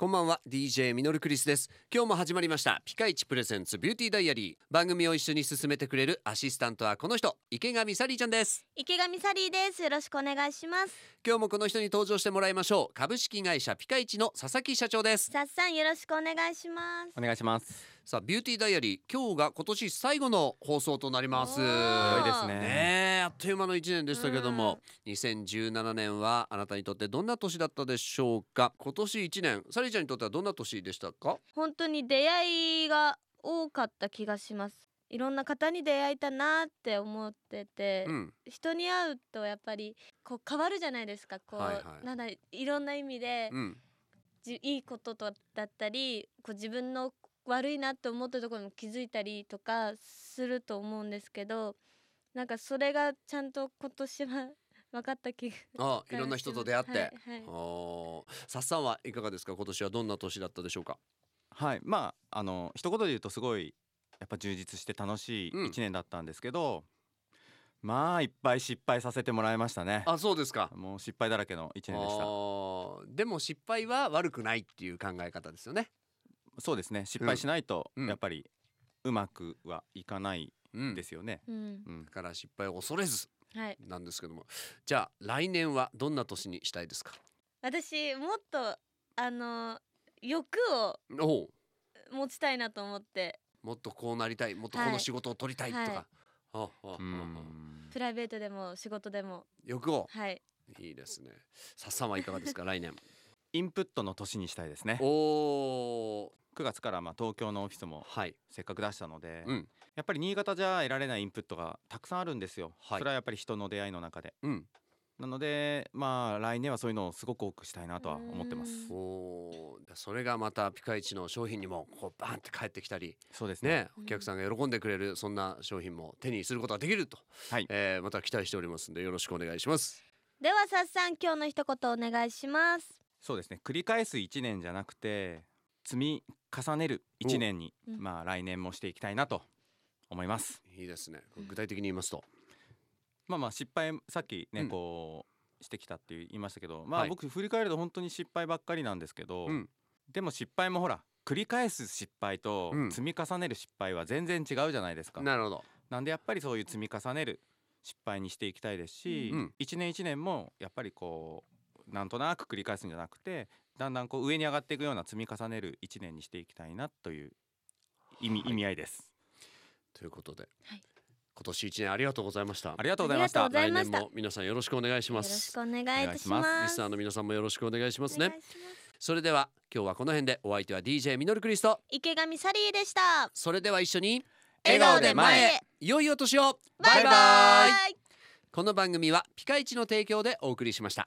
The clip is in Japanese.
こんばんは、 DJ ミノルクリスです。今日も始まりましたピカイチプレゼンツビューティーダイアリー。番組を一緒に進めてくれるアシスタントはこの人、池上サリーちゃんです。 池上サリーです。よろしくお願いします。 今日もこの人に登場してもらいましょう。株式会社ピカイチの佐々木社長です。 さっさん、よろしくお願いします。 お願いします。 さあ、ビューティーダイアリー、今日が今年最後の放送となります。 早いですね。 ねえ、あっという間の1年でしたけども、2017年はあなたにとってどんな年だったでしょうか。今年1年、サリーちゃんにとってはどんな年でしたか？ 本当に出会いが多かった気がします。いろんな方に出会えたなって思ってて、人に会うとやっぱりこう変わるじゃないですか。こう、なんだ、いろんな意味で、いいこととだったり、こう自分の悪いなって思ったところにも気づいたりとかすると思うんですけど、なんかそれがちゃんと今年は分かった気がいろんな人と出会って、さっさんはいかがですか？今年はどんな年だったでしょうか？ はい、一言で言うとすごいやっぱ充実して楽しい1年だったんですけど、まあいっぱい失敗させてもらいましたね。 あ、そうですか。 もう失敗だらけの1年でした。 でも失敗は悪くないっていう考え方ですよね。 そうですね、失敗しないとやっぱりうまくはいかないですよね。 だから失敗を恐れずなんですけども、じゃあ来年はどんな年にしたいですか？ 私もっと欲を持ちたいなと思って、 もっとこうなりたい、もっとこの仕事を取りたいとか、 プライベートでも仕事でも欲を、いいですね。さっさんはいかがですか？来年インプットの年にしたいですね。9月から東京のオフィスもせっかく出したので、やっぱり新潟じゃ得られないインプットがたくさんあるんですよ。それはやっぱり人の出会いの中で、なので来年はそういうのをすごく多くしたいなとは思ってます。 それがまたピカイチの商品にもこうバンって返ってきたり、 そうですね、 お客さんが喜んでくれる、そんな商品も手にすることができると、また期待しておりますのでよろしくお願いします。 ではさっさん、今日の一言お願いします。 そうですね、繰り返す1年じゃなくて積み重ねる1年に来年もしていきたいなと思います。 いいですね。具体的に言いますと、 失敗さっきね、こうしてきたって言いましたけど、僕振り返ると本当に失敗ばっかりなんですけど、でも失敗もほら繰り返す失敗と積み重ねる失敗は全然違うじゃないですか。 なるほど。 なんでやっぱりそういう積み重ねる失敗にしていきたいですし、一年一年もやっぱりこうなんとなく繰り返すんじゃなくて、だんだんこう上に上がっていくような積み重ねる1年にしていきたいなという意味合いです。 ということで、今年1年ありがとうございました。 ありがとうございました。 来年も皆さんよろしくお願いします。 よろしくお願いいたします。 リスナーの皆さんもよろしくお願いしますね。それでは今日はこの辺で。お相手は DJ ミノルクリスト、 池上サリーでした。 それでは一緒に笑顔で前へ。 良いお年を。 バイバイ。 この番組はピカイチの提供でお送りしました。